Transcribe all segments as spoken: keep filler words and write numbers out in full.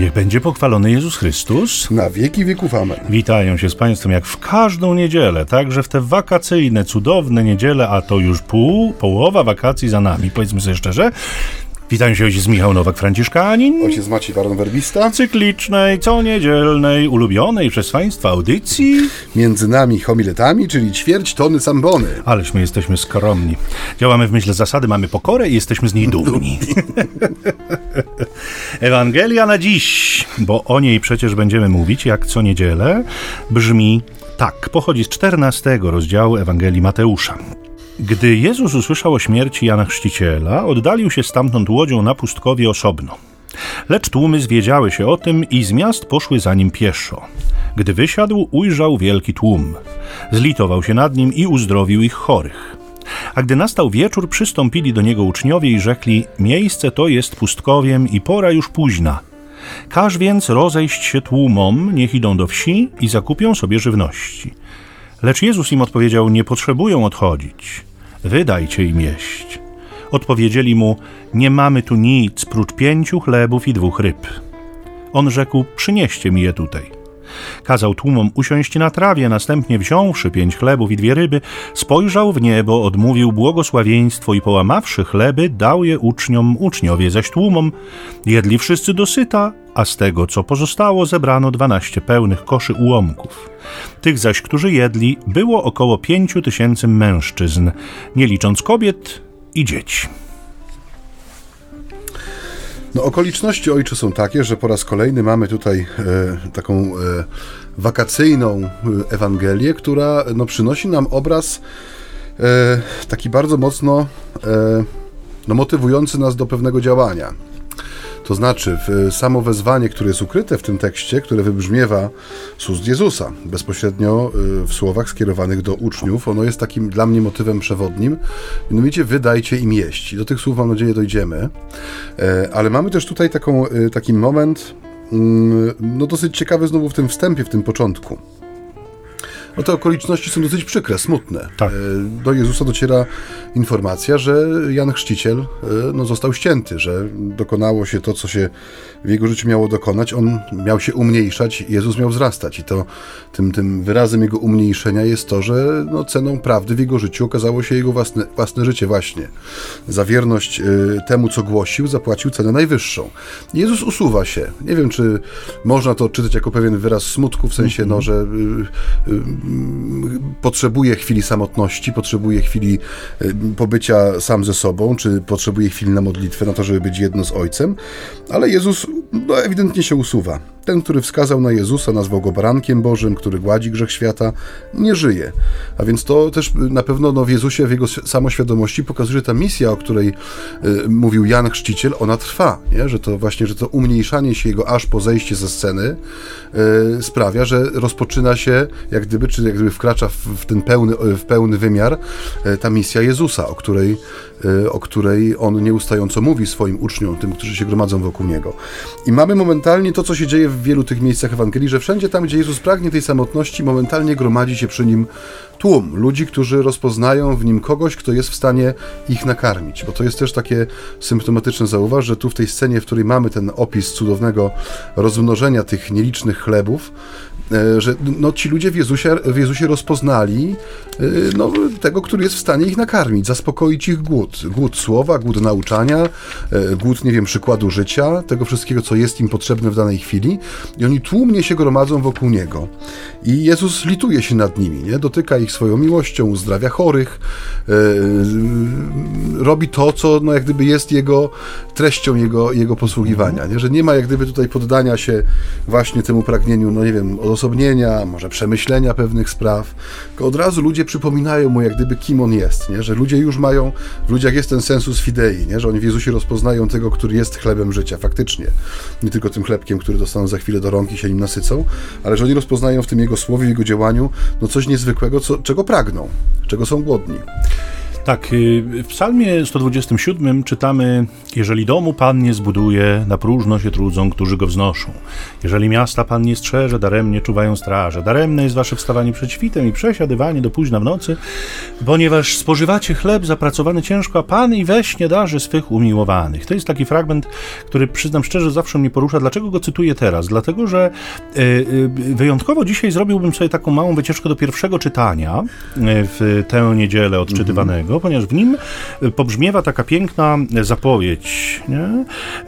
Niech będzie pochwalony Jezus Chrystus. Na wieki wieków amen. Witają się z Państwem jak w każdą niedzielę, także w te wakacyjne, cudowne niedziele, a to już pół, połowa wakacji za nami, powiedzmy sobie szczerze. Witają się ojciec Michał Nowak-Franciszkanin. Ojciec Maciej Baron-Werbista. Cyklicznej, co niedzielnej, ulubionej przez Państwa audycji. Między nami homiletami, czyli ćwierć tony sambony. Aleśmy jesteśmy skromni. Działamy w myśl zasady, mamy pokorę i jesteśmy z niej dumni. Ewangelia na dziś, bo o niej przecież będziemy mówić jak co niedzielę, brzmi tak. Pochodzi z czternastego rozdziału Ewangelii Mateusza. Gdy Jezus usłyszał o śmierci Jana Chrzciciela, oddalił się stamtąd łodzią na pustkowie osobno. Lecz tłumy zwiedziały się o tym i z miast poszły za nim pieszo. Gdy wysiadł, ujrzał wielki tłum. Zlitował się nad nim i uzdrowił ich chorych. A gdy nastał wieczór, przystąpili do niego uczniowie i rzekli: miejsce to jest pustkowiem i pora już późna. Każ więc rozejść się tłumom, niech idą do wsi i zakupią sobie żywności. Lecz Jezus im odpowiedział: nie potrzebują odchodzić. Wydajcie im jeść. Odpowiedzieli mu: nie mamy tu nic, prócz pięciu chlebów i dwóch ryb. On rzekł: przynieście mi je tutaj. Kazał tłumom usiąść na trawie, następnie wziąwszy pięć chlebów i dwie ryby, spojrzał w niebo, odmówił błogosławieństwo i połamawszy chleby, dał je uczniom, uczniowie zaś tłumom. Jedli wszyscy dosyta, a z tego, co pozostało, zebrano dwanaście pełnych koszy ułomków. Tych zaś, którzy jedli, było około pięciu tysięcy mężczyzn, nie licząc kobiet i dzieci. No, okoliczności, ojcze, są takie, że po raz kolejny mamy tutaj e, taką e, wakacyjną Ewangelię, która no, przynosi nam obraz e, taki bardzo mocno e, no, motywujący nas do pewnego działania. To znaczy, w samo wezwanie, które jest ukryte w tym tekście, które wybrzmiewa z ust Jezusa, bezpośrednio w słowach skierowanych do uczniów, ono jest takim dla mnie motywem przewodnim. Mianowicie, wydajcie im jeść. I do tych słów, mam nadzieję, dojdziemy. Ale mamy też tutaj taką, taki moment, no dosyć ciekawy znowu w tym wstępie, w tym początku. No te okoliczności są dosyć przykre, smutne. Tak. Do Jezusa dociera informacja, że Jan Chrzciciel no, został ścięty, że dokonało się to, co się w jego życiu miało dokonać. On miał się umniejszać, Jezus miał wzrastać. I to tym, tym wyrazem jego umniejszenia jest to, że no, ceną prawdy w jego życiu okazało się jego własne, własne życie właśnie. Za wierność y, temu, co głosił, zapłacił cenę najwyższą. Jezus usuwa się. Nie wiem, czy można to odczytać jako pewien wyraz smutku, w sensie, no, że y, y, potrzebuje chwili samotności, potrzebuje chwili pobycia sam ze sobą, czy potrzebuje chwili na modlitwę, na to, żeby być jedno z Ojcem, ale Jezus no, ewidentnie się usuwa. Ten, który wskazał na Jezusa, nazwał go barankiem Bożym, który gładzi grzech świata, nie żyje. A więc to też na pewno no, w Jezusie, w jego samoświadomości pokazuje, że ta misja, o której y, mówił Jan Chrzciciel, ona trwa, nie? Że to właśnie, że to umniejszanie się jego aż po zejście ze sceny y, sprawia, że rozpoczyna się jak gdyby, czy jak gdyby wkracza w, w ten pełny, w pełny wymiar y, ta misja Jezusa, o której, y, o której on nieustająco mówi swoim uczniom, tym, którzy się gromadzą wokół niego. I mamy momentalnie to, co się dzieje w wielu tych miejscach Ewangelii, że wszędzie tam, gdzie Jezus pragnie tej samotności, momentalnie gromadzi się przy nim tłum ludzi, którzy rozpoznają w nim kogoś, kto jest w stanie ich nakarmić. Bo to jest też takie symptomatyczne, zauważ, że tu w tej scenie, w której mamy ten opis cudownego rozmnożenia tych nielicznych chlebów, że no, ci ludzie w Jezusie, w Jezusie rozpoznali no, tego, który jest w stanie ich nakarmić, zaspokoić ich głód. Głód słowa, głód nauczania, głód, nie wiem, przykładu życia, tego wszystkiego, co jest im potrzebne w danej chwili. I oni tłumnie się gromadzą wokół Niego. I Jezus lituje się nad nimi, nie? Dotyka ich swoją miłością, uzdrawia chorych, yy, robi to, co no, jak gdyby jest Jego treścią Jego, jego posługiwania, nie? Że nie ma jak gdyby tutaj poddania się właśnie temu pragnieniu, no nie wiem, odosobnienia, może przemyślenia pewnych spraw, tylko od razu ludzie przypominają mu jak gdyby kim on jest, nie? Że ludzie już mają, w ludziach jest ten sensus fidei, nie? Że oni w Jezusie rozpoznają tego, który jest chlebem życia, faktycznie. Nie tylko tym chlebkiem, który dostaną za chwilę do rąk i się nim nasycą, ale że oni rozpoznają w tym Jego słowie, w Jego działaniu no coś niezwykłego, co, czego pragną, czego są głodni. Tak, w psalmie sto dwudziestym siódmym czytamy: jeżeli domu Pan nie zbuduje, na próżno się trudzą, którzy go wznoszą. Jeżeli miasta Pan nie strzeże, daremnie czuwają straże. Daremne jest wasze wstawanie przed świtem i przesiadywanie do późna w nocy, ponieważ spożywacie chleb zapracowany ciężko, a Pan i we śnie darzy swych umiłowanych. To jest taki fragment, który, przyznam szczerze, zawsze mnie porusza. Dlaczego go cytuję teraz? Dlatego, że y, y, wyjątkowo dzisiaj zrobiłbym sobie taką małą wycieczkę do pierwszego czytania w tę niedzielę odczytywanego, ponieważ w nim pobrzmiewa taka piękna zapowiedź. Nie? E,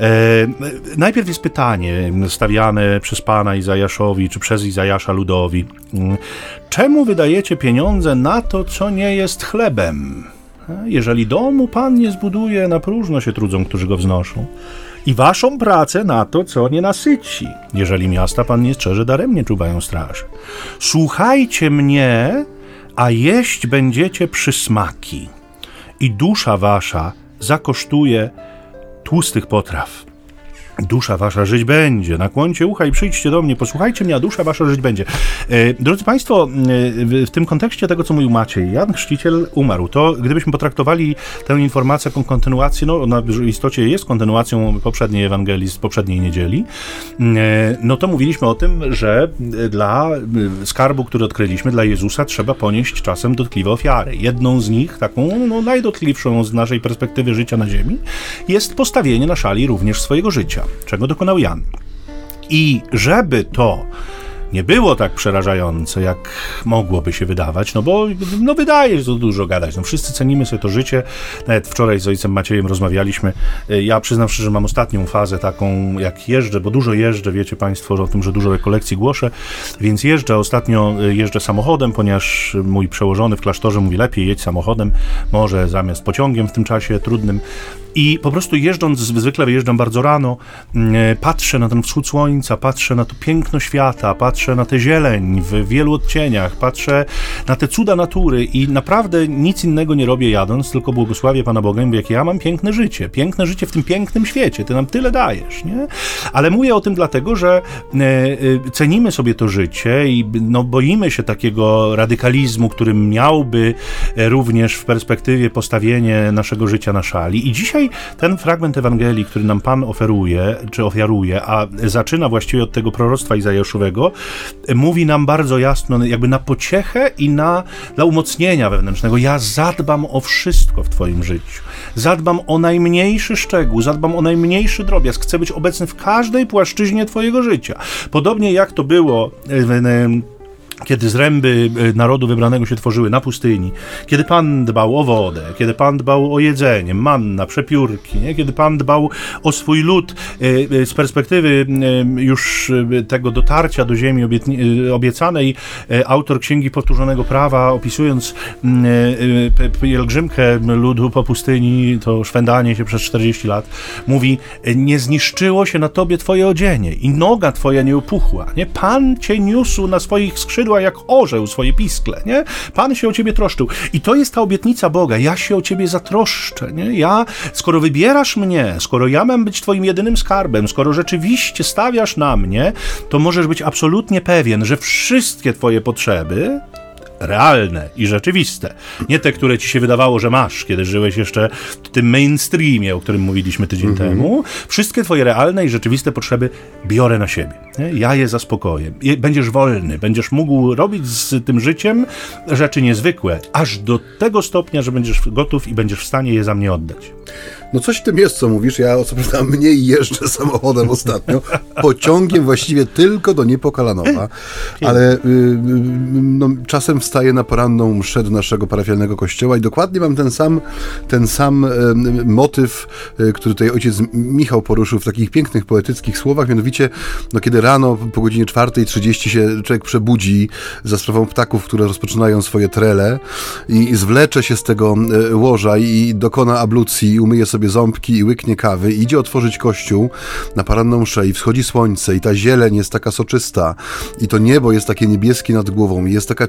najpierw jest pytanie stawiane przez Pana Izajaszowi, czy przez Izajasza ludowi. Czemu wydajecie pieniądze na to, co nie jest chlebem? Jeżeli domu Pan nie zbuduje, na próżno się trudzą, którzy go wznoszą. I waszą pracę na to, co nie nasyci. Jeżeli miasta Pan nie strzeże, daremnie czuwają straż. Słuchajcie mnie, a jeść będziecie przysmaki. I dusza wasza zakosztuje tłustych potraw. Dusza wasza żyć będzie. Nakłońcie ucha i przyjdźcie do mnie. Posłuchajcie mnie, a dusza wasza żyć będzie. E, drodzy Państwo, w, w tym kontekście tego, co mówił Maciej, Jan Chrzciciel umarł. To gdybyśmy potraktowali tę informację jako kontynuację, no ona w istocie jest kontynuacją poprzedniej Ewangelii z poprzedniej niedzieli, e, no to mówiliśmy o tym, że dla skarbu, który odkryliśmy, dla Jezusa trzeba ponieść czasem dotkliwe ofiary. Jedną z nich, taką no, najdotkliwszą z naszej perspektywy życia na ziemi, jest postawienie na szali również swojego życia, czego dokonał Jan. I żeby to nie było tak przerażające, jak mogłoby się wydawać, no bo no wydaje się to dużo gadać. No wszyscy cenimy sobie to życie. Nawet wczoraj z ojcem Maciejem rozmawialiśmy. Ja przyznam szczerze, że mam ostatnią fazę taką, jak jeżdżę, bo dużo jeżdżę, wiecie Państwo o tym, że dużo rekolekcji głoszę, więc jeżdżę. Ostatnio jeżdżę samochodem, ponieważ mój przełożony w klasztorze mówi: lepiej jedź samochodem, może zamiast pociągiem w tym czasie trudnym. I po prostu jeżdżąc, zwykle wyjeżdżam bardzo rano, patrzę na ten wschód słońca, patrzę na to piękno świata, patrzę na tę zieleń w wielu odcieniach, patrzę na te cuda natury i naprawdę nic innego nie robię jadąc, tylko błogosławię Pana Boga i mówię, jakie ja mam piękne życie, piękne życie w tym pięknym świecie, Ty nam tyle dajesz, nie? Ale mówię o tym dlatego, że cenimy sobie to życie i no, boimy się takiego radykalizmu, który miałby również w perspektywie postawienie naszego życia na szali. I dzisiaj ten fragment Ewangelii, który nam Pan oferuje, czy ofiaruje, a zaczyna właściwie od tego proroctwa Izajaszowego, mówi nam bardzo jasno, jakby na pociechę i na, dla umocnienia wewnętrznego: ja zadbam o wszystko w Twoim życiu. Zadbam o najmniejszy szczegół, zadbam o najmniejszy drobiazg. Chcę być obecny w każdej płaszczyźnie Twojego życia. Podobnie jak to było kiedy zręby narodu wybranego się tworzyły na pustyni, kiedy Pan dbał o wodę, kiedy Pan dbał o jedzenie, manna, przepiórki, nie? Kiedy Pan dbał o swój lud z perspektywy już tego dotarcia do ziemi obiecanej, autor Księgi Powtórzonego Prawa, opisując pielgrzymkę ludu po pustyni, to szwendanie się przez czterdzieści lat, mówi: nie zniszczyło się na Tobie Twoje odzienie i noga Twoja nie opuchła, nie? Pan Cię niósł na swoich skrzydłach jak orzeł swoje piskle, nie? Pan się o Ciebie troszczył. I to jest ta obietnica Boga. Ja się o Ciebie zatroszczę, nie? Ja, skoro wybierasz mnie, skoro ja mam być Twoim jedynym skarbem, skoro rzeczywiście stawiasz na mnie, to możesz być absolutnie pewien, że wszystkie Twoje potrzeby, realne i rzeczywiste, nie te, które ci się wydawało, że masz, kiedy żyłeś jeszcze w tym mainstreamie, o którym mówiliśmy tydzień mm-hmm. temu, wszystkie twoje realne i rzeczywiste potrzeby biorę na siebie. Nie? Ja je zaspokoję. Będziesz wolny, będziesz mógł robić z tym życiem rzeczy niezwykłe, aż do tego stopnia, że będziesz gotów i będziesz w stanie je za mnie oddać. No coś w tym jest, co mówisz. Ja co prawda mniej jeżdżę samochodem ostatnio, pociągiem właściwie tylko do Niepokalanowa, ale y, no, czasem wstaję na poranną mszę do naszego parafialnego kościoła i dokładnie mam ten sam, ten sam y, motyw, y, który tutaj ojciec Michał poruszył w takich pięknych, poetyckich słowach, mianowicie no, kiedy rano po godzinie czwartej trzydzieści się człowiek przebudzi za sprawą ptaków, które rozpoczynają swoje trele i, i zwlecze się z tego y, łoża i dokona ablucji, umyje sobie ząbki i łyknie kawy i idzie otworzyć kościół na poranną mszę i wschodzi słońce i ta zieleń jest taka soczysta i to niebo jest takie niebieskie nad głową i jest taka cisza i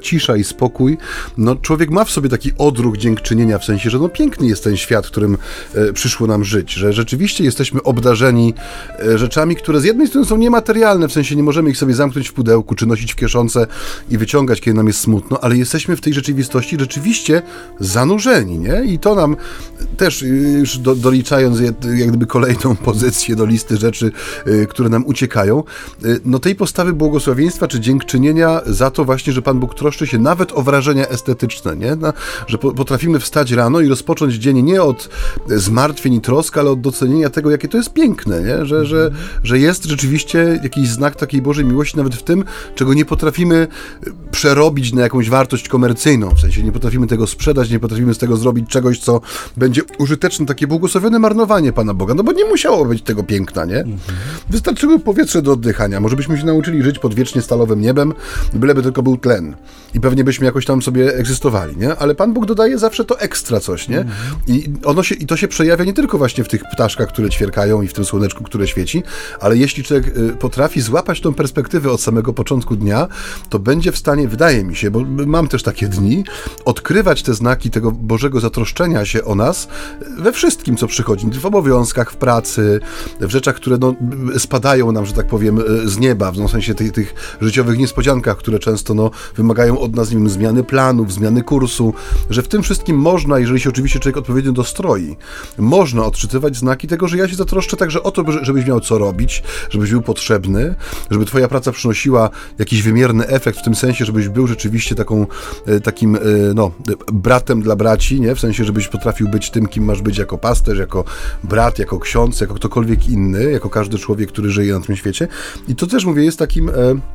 i spokój, no człowiek ma w sobie taki odruch dziękczynienia, w sensie, że no piękny jest ten świat, w którym e, przyszło nam żyć, że rzeczywiście jesteśmy obdarzeni e, rzeczami, które z jednej strony są niematerialne, w sensie nie możemy ich sobie zamknąć w pudełku, czy nosić w kieszonce i wyciągać, kiedy nam jest smutno, ale jesteśmy w tej rzeczywistości rzeczywiście zanurzeni, nie? I to nam też, już do, doliczając jak gdyby kolejną pozycję do listy rzeczy, y, które nam uciekają, y, no tej postawy błogosławieństwa czy dziękczynienia za to właśnie, że Pan Bóg troszczy się nawet o wrażenia estetyczne, nie? Na, że po, potrafimy wstać rano i rozpocząć dzień nie od zmartwień i trosk, ale od docenienia tego, jakie to jest piękne, nie? Że, że, że jest rzeczywiście jakiś znak takiej Bożej miłości nawet w tym, czego nie potrafimy przerobić na jakąś wartość komercyjną, w sensie nie potrafimy tego sprzedać, nie potrafimy z tego zrobić czegoś, co będzie użyteczne, takie błogosławione marnowanie Pana Boga, no bo nie musiało być tego piękna, nie? Mhm. Wystarczyło powietrze do oddychania, może byśmy się nauczyli żyć pod wiecznie stalowym niebem, byleby tylko był tlen i pewnie byśmy jakoś tam sobie egzystowali, nie? Ale Pan Bóg dodaje zawsze to ekstra coś, nie? Mhm. I ono się, i to się przejawia nie tylko właśnie w tych ptaszkach, które ćwierkają i w tym słoneczku, które świeci, ale jeśli człowiek potrafi złapać tą perspektywę od samego początku dnia, to będzie w stanie, wydaje mi się, bo mam też takie dni, odkrywać te znaki tego Bożego zatroszczenia się o nas we wszystkim, co przychodzi, w obowiązkach, w pracy, w rzeczach, które no, spadają nam, że tak powiem, z nieba, w sensie tych, tych życiowych niespodziankach, które często no, wymagają od nas, nie wiem, zmiany planów, zmiany kursu, że w tym wszystkim można, jeżeli się oczywiście człowiek odpowiednio dostroi, można odczytywać znaki tego, że ja się zatroszczę także o to, żebyś miał co robić, żebyś był potrzebny, żeby twoja praca przynosiła jakiś wymierny efekt w tym sensie, żebyś był rzeczywiście taką, takim, no, bratem dla braci, nie? W sensie, żebyś potrafił być tym, kim masz być jako pasterz, jako brat, jako ksiądz, jako ktokolwiek inny, jako każdy człowiek, który żyje na tym świecie. I to też, mówię, jest takim...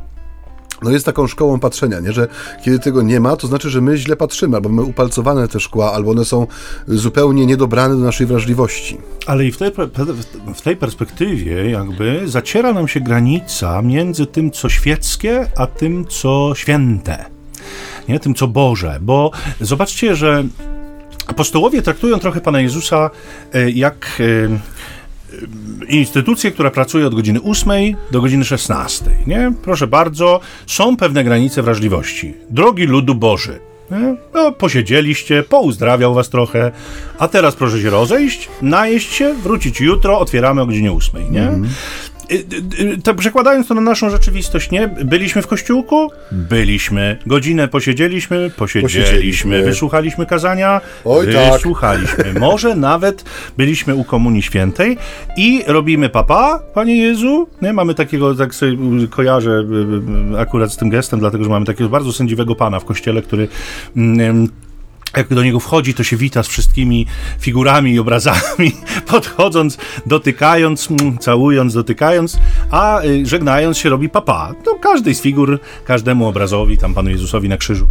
no jest taką szkołą patrzenia, nie? Że kiedy tego nie ma, to znaczy, że my źle patrzymy, albo mamy upalcowane te szkła, albo one są zupełnie niedobrane do naszej wrażliwości. Ale i w tej, w tej perspektywie jakby zaciera nam się granica między tym, co świeckie, a tym, co święte. Nie? Tym, co Boże. Bo zobaczcie, że apostołowie traktują trochę Pana Jezusa jak instytucję, która pracuje od godziny ósmej do godziny szesnastej, nie? Proszę bardzo, są pewne granice wrażliwości. Drogi ludu Boży, nie? No, posiedzieliście, pouzdrawiał was trochę, a teraz proszę się rozejść, najeść się, wrócić jutro, otwieramy o godzinie ósmej, nie? Mm. To przekładając to na naszą rzeczywistość, nie? Byliśmy w kościółku? Byliśmy. Godzinę posiedzieliśmy? Posiedzieliśmy. posiedzieliśmy. Wysłuchaliśmy kazania? Oj, Wysłuchaliśmy. Tak. Może nawet byliśmy u Komunii Świętej i robimy papa, Panie Jezu. Nie? Mamy takiego, tak sobie kojarzę akurat z tym gestem, dlatego, że mamy takiego bardzo sędziwego Pana w kościele, który... Mm, jak do niego wchodzi, to się wita z wszystkimi figurami i obrazami, podchodząc, dotykając, całując, dotykając, a żegnając się robi papa. No, każdej z figur, każdemu obrazowi, tam Panu Jezusowi na krzyżu.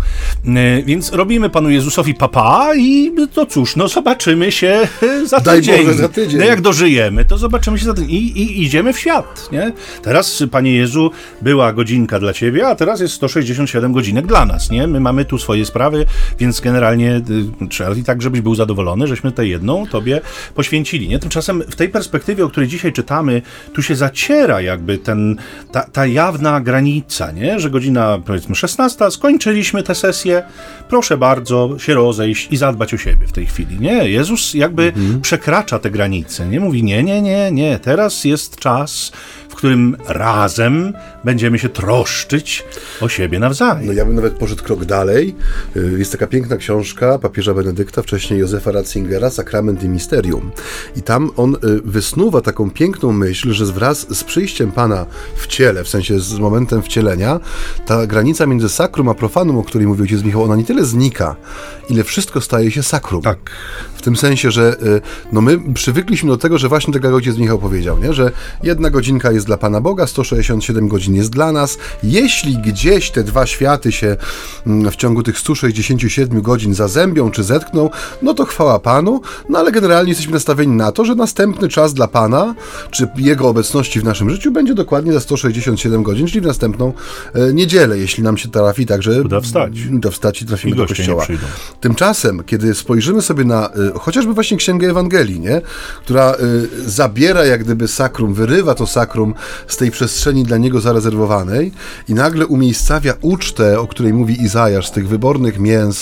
Więc robimy Panu Jezusowi papa i to cóż, no zobaczymy się za Daj tydzień. Boże, za tydzień. No jak dożyjemy, to zobaczymy się za tydzień. I, i idziemy w świat, nie? Teraz, Panie Jezu, była godzinka dla Ciebie, a teraz jest sto sześćdziesiąt siedem godzinek dla nas, nie? My mamy tu swoje sprawy, więc generalnie trzeba i tak, żebyś był zadowolony, żeśmy tę jedną Tobie poświęcili, nie? Tymczasem w tej perspektywie, o której dzisiaj czytamy, tu się zaciera jakby ten, ta, ta jawna granica, nie? Że godzina, powiedzmy, szesnasta, skończyliśmy tę sesję, proszę bardzo się rozejść i zadbać o siebie w tej chwili, nie? Jezus jakby mhm. przekracza te granice, nie? Mówi, nie, nie, nie, nie, teraz jest czas, w którym razem będziemy się troszczyć o siebie nawzajem. No ja bym nawet poszedł krok dalej. Jest taka piękna książka papieża Benedykta, wcześniej Józefa Ratzingera, Sakrament i Misterium. I tam on wysnuwa taką piękną myśl, że wraz z przyjściem Pana w ciele, w sensie z momentem wcielenia, ta granica między sakrum a profanum, o której mówił ojciec Michał, ona nie tyle znika, ile wszystko staje się sakrum. Tak. W tym sensie, że no my przywykliśmy do tego, że właśnie tak jak ojciec Michał powiedział, nie? Że jedna godzinka jest dla Pana Boga, sto sześćdziesiąt siedem godzin jest dla nas. Jeśli gdzieś te dwa światy się w ciągu tych stu sześćdziesięciu siedmiu godzin zazębią czy zetkną, no to chwała Panu, no ale generalnie jesteśmy nastawieni na to, że następny czas dla Pana, czy Jego obecności w naszym życiu będzie dokładnie za sto sześćdziesiąt siedem godzin, czyli w następną e, niedzielę, jeśli nam się trafi, także uda wstać. Uda wstać i trafimy do kościoła. Tymczasem, kiedy spojrzymy sobie na e, chociażby właśnie Księgę Ewangelii, nie? Która e, zabiera jak gdyby sakrum, wyrywa to sakrum z tej przestrzeni dla niego zarezerwowanej i nagle umiejscawia ucztę, o której mówi Izajasz, z tych wybornych mięs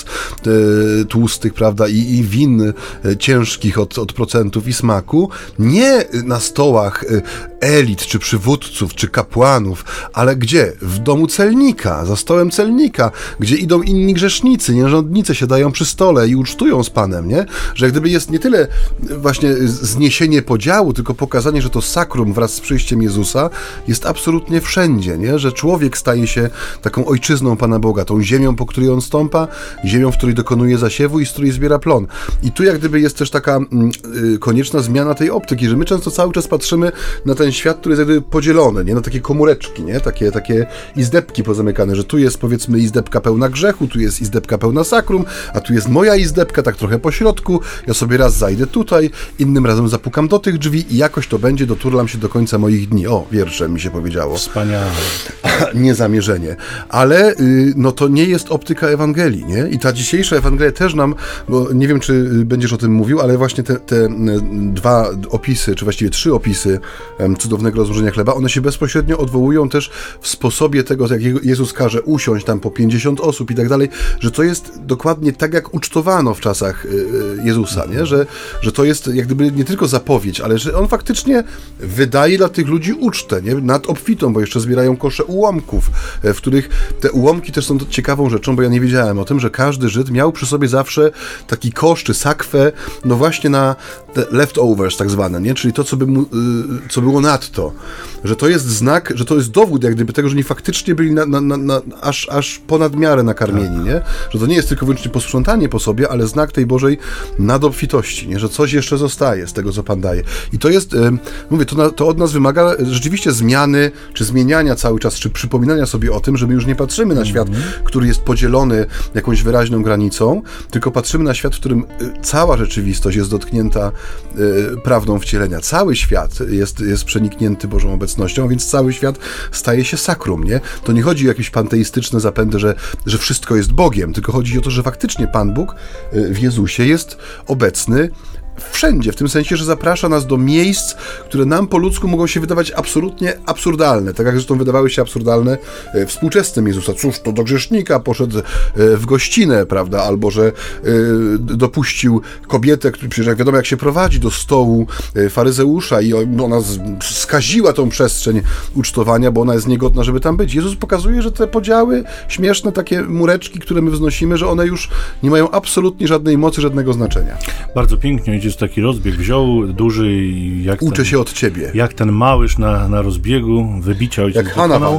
e, tłustych, prawda, i, i win e, ciężkich od, od procentów i smaku, nie na stołach e, elit, czy przywódców, czy kapłanów, ale gdzie? W domu celnika, za stołem celnika, gdzie idą inni grzesznicy, nierządnice siadają przy stole i ucztują z Panem, nie? Że jak gdyby jest nie tyle właśnie zniesienie podziału, tylko pokazanie, że to sakrum wraz z przyjściem Jezusa jest absolutnie wszędzie, nie? Że człowiek staje się taką ojczyzną Pana Boga, tą ziemią, po której on stąpa, ziemią, w której dokonuje zasiewu i z której zbiera plon. I tu jak gdyby jest też taka y, konieczna zmiana tej optyki, że my często cały czas patrzymy na ten świat, który jest jak gdyby podzielony, nie? Na takie komóreczki, nie? Takie, takie izdebki pozamykane, że tu jest powiedzmy izdebka pełna grzechu, tu jest izdebka pełna sakrum, a tu jest moja izdebka, tak trochę po środku, ja sobie raz zajdę tutaj, innym razem zapukam do tych drzwi i jakoś to będzie, doturlam się do końca moich dni. O, wiersze mi się powiedziało. Wspaniale. Niezamierzenie. Ale y, no to nie jest optyka Ewangelii, nie? I ta dzisiejsza Ewangelia też nam, bo nie wiem, czy będziesz o tym mówił, ale właśnie te, te dwa opisy, czy właściwie trzy opisy um, cudownego rozłożenia chleba, one się bezpośrednio odwołują też w sposobie tego, jak Jezus każe usiąść tam po pięćdziesiąt osób i tak dalej, że to jest dokładnie tak, jak ucztowano w czasach y, Jezusa, nie? Że, że to jest jak gdyby nie tylko zapowiedź, ale że on faktycznie wydaje dla tych ludzi ucztę, nie? Nad obfitą, bo jeszcze zbierają kosze ułomków, w których te ułomki też są ciekawą rzeczą, bo ja nie wiedziałem o tym, że każdy Żyd miał przy sobie zawsze taki kosz czy sakwę, no właśnie na te leftovers tak zwane, nie? Czyli to, co, by mu, y, co było nadto. Że to jest znak, że to jest dowód jak gdyby tego, że oni faktycznie byli na, na, na, na, aż, aż ponad miarę nakarmieni, nie? Że to nie jest tylko wyłącznie posprzątanie po sobie, ale znak tej Bożej nadobfitości, nie? Że coś jeszcze zostaje z tego, co Pan daje. I to jest, y, mówię, to, na, to od nas wymaga rzeczywiście zmiany, czy zmieniania cały czas, czy przypominania sobie o tym, że my już nie patrzymy na świat, mm-hmm. który jest podzielony jakąś wyraźną granicą, tylko patrzymy na świat, w którym cała rzeczywistość jest dotknięta y, prawdą wcielenia. Cały świat jest, jest przeniknięty Bożą obecnością, więc cały świat staje się sakrum, nie? To nie chodzi o jakieś panteistyczne zapędy, że, że wszystko jest Bogiem, tylko chodzi o to, że faktycznie Pan Bóg w Jezusie jest obecny wszędzie, w tym sensie, że zaprasza nas do miejsc, które nam po ludzku mogą się wydawać absolutnie absurdalne, tak jak zresztą wydawały się absurdalne współczesnym Jezusa. Cóż, to do grzesznika poszedł w gościnę, prawda, albo że dopuścił kobietę, która przecież jak wiadomo jak się prowadzi, do stołu faryzeusza i ona skaziła tą przestrzeń ucztowania, bo ona jest niegodna, żeby tam być. Jezus pokazuje, że te podziały, śmieszne takie mureczki, które my wznosimy, że one już nie mają absolutnie żadnej mocy, żadnego znaczenia. Bardzo pięknie jest taki rozbieg, wziął duży i jak uczę ten, się od ciebie. Jak ten małyż na, na rozbiegu, wybicia ojciec jak Hannah.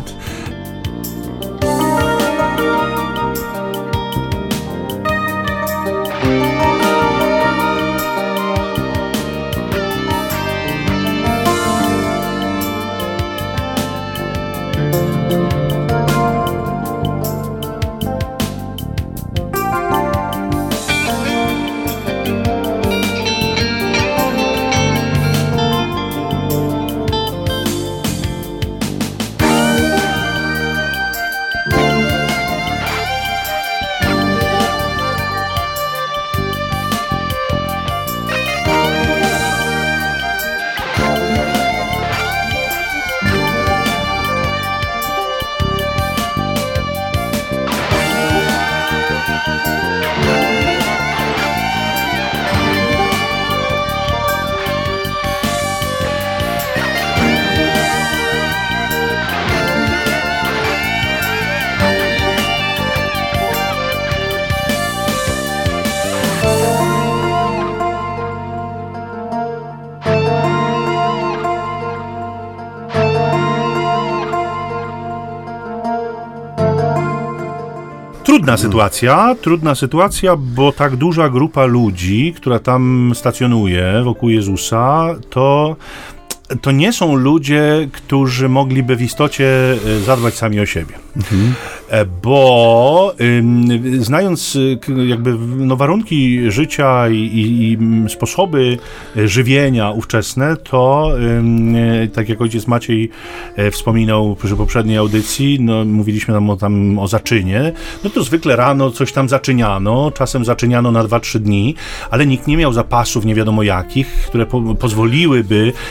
Trudna sytuacja, trudna sytuacja, bo tak duża grupa ludzi, która tam stacjonuje wokół Jezusa, to to nie są ludzie, którzy mogliby w istocie zadbać sami o siebie. Mhm. Bo y, znając jakby no, warunki życia i, i, i sposoby żywienia ówczesne, to y, tak jak ojciec Maciej wspominał przy poprzedniej audycji, no, mówiliśmy tam o, tam o zaczynie, no to zwykle rano coś tam zaczyniano, czasem zaczyniano na dwa trzy dni, ale nikt nie miał zapasów nie wiadomo jakich, które po, pozwoliłyby na taki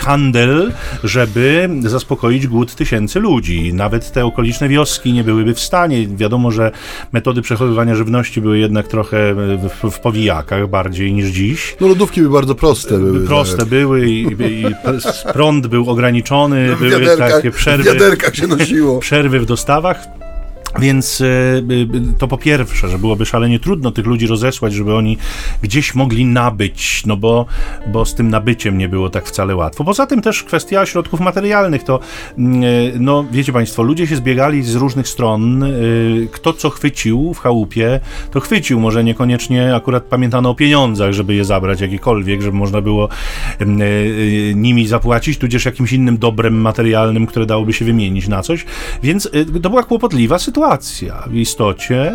handel, żeby zaspokoić głód tysięcy ludzi. Nawet te okoliczne wioski nie byłyby w stanie. Wiadomo, że metody przechowywania żywności były jednak trochę w, w powijakach bardziej niż dziś. No lodówki były bardzo proste. Były proste nawet. były i, i prąd był ograniczony, no, były takie przerwy. W wiaderkach się nosiło. Przerwy w dostawach. Więc y, y, to po pierwsze, że byłoby szalenie trudno tych ludzi rozesłać, żeby oni gdzieś mogli nabyć, no bo, bo z tym nabyciem nie było tak wcale łatwo. Poza tym też kwestia środków materialnych, to y, no wiecie państwo, ludzie się zbiegali z różnych stron, y, kto co chwycił w chałupie, to chwycił, może niekoniecznie akurat pamiętano o pieniądzach, żeby je zabrać jakiekolwiek, żeby można było y, y, nimi zapłacić, tudzież jakimś innym dobrem materialnym, które dałoby się wymienić na coś, więc y, to była kłopotliwa sytuacja. w istocie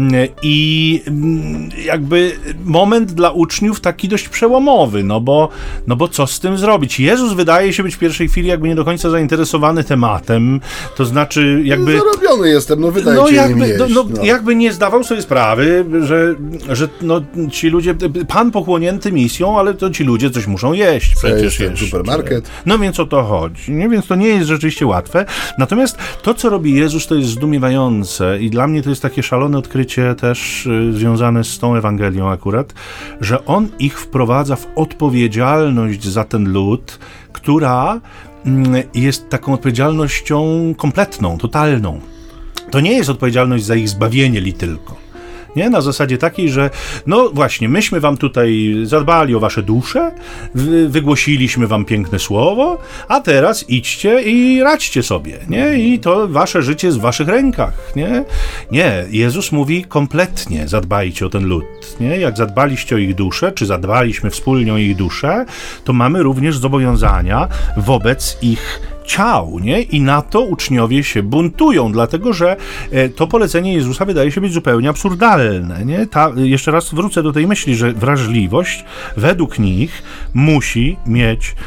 i jakby moment dla uczniów taki dość przełomowy, no bo, no bo co z tym zrobić? Jezus wydaje się być w pierwszej chwili jakby nie do końca zainteresowany tematem, to znaczy jakby... Zarobiony jestem, no wydajcie no jakby, im no, jeść, no, no. jakby nie zdawał sobie sprawy, że, że no, ci ludzie, Pan pochłonięty misją, ale to ci ludzie coś muszą jeść przecież jeszcze. Supermarket. No więc o to chodzi, nie? Więc to nie jest rzeczywiście łatwe. Natomiast to, co robi Jezus, to jest zdumiewające i dla mnie to jest takie szalone odkrycie też y, związane z tą Ewangelią akurat, że On ich wprowadza w odpowiedzialność za ten lud, która y, jest taką odpowiedzialnością kompletną, totalną. To nie jest odpowiedzialność za ich zbawienie li tylko. Nie? Na zasadzie takiej, że no właśnie, myśmy wam tutaj zadbali o wasze dusze, wy, wygłosiliśmy wam piękne słowo, a teraz idźcie i radźcie sobie, nie? I to wasze życie jest w waszych rękach, nie? Nie, Jezus mówi kompletnie zadbajcie o ten lud, nie? Jak zadbaliście o ich duszę, czy zadbaliśmy wspólnie o ich duszę, to mamy również zobowiązania wobec ich ciał, nie? I na to uczniowie się buntują, dlatego że e, to polecenie Jezusa wydaje się być zupełnie absurdalne, nie? Ta, jeszcze raz wrócę do tej myśli, że wrażliwość według nich musi mieć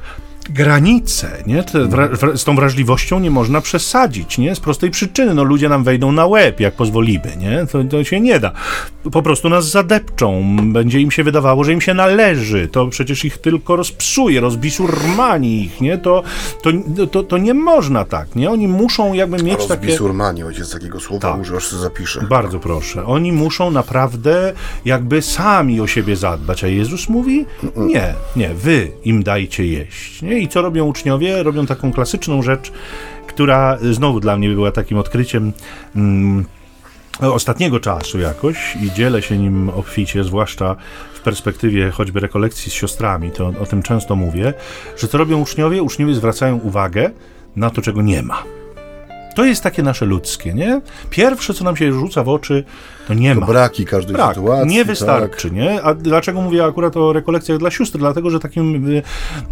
granice, nie? Te, wra, wra, z tą wrażliwością nie można przesadzić, nie? Z prostej przyczyny, no ludzie nam wejdą na łeb, jak pozwolimy, nie? To, to się nie da. Po prostu nas zadepczą, będzie im się wydawało, że im się należy, to przecież ich tylko rozpsuje, rozbisurmani ich, nie? To, to, to, to nie można tak, nie? Oni muszą jakby mieć rozbisurmani, takie... Rozbisurmani, ojciec takiego słowa tak. użył, aż sobie zapiszę. Bardzo proszę. Oni muszą naprawdę jakby sami o siebie zadbać, a Jezus mówi, nie, nie, wy im dajcie jeść, nie? I co robią uczniowie? Robią taką klasyczną rzecz, która znowu dla mnie była takim odkryciem mm, ostatniego czasu jakoś i dzielę się nim obficie, zwłaszcza w perspektywie choćby rekolekcji z siostrami, to o tym często mówię, że co robią uczniowie? Uczniowie zwracają uwagę na to, czego nie ma. To jest takie nasze ludzkie, nie? Pierwsze, co nam się rzuca w oczy, to nie to ma. braki każdej Brak. sytuacji. Nie wystarczy, tak. nie? A dlaczego mówię akurat o rekolekcjach dla sióstr? Dlatego, że takim y,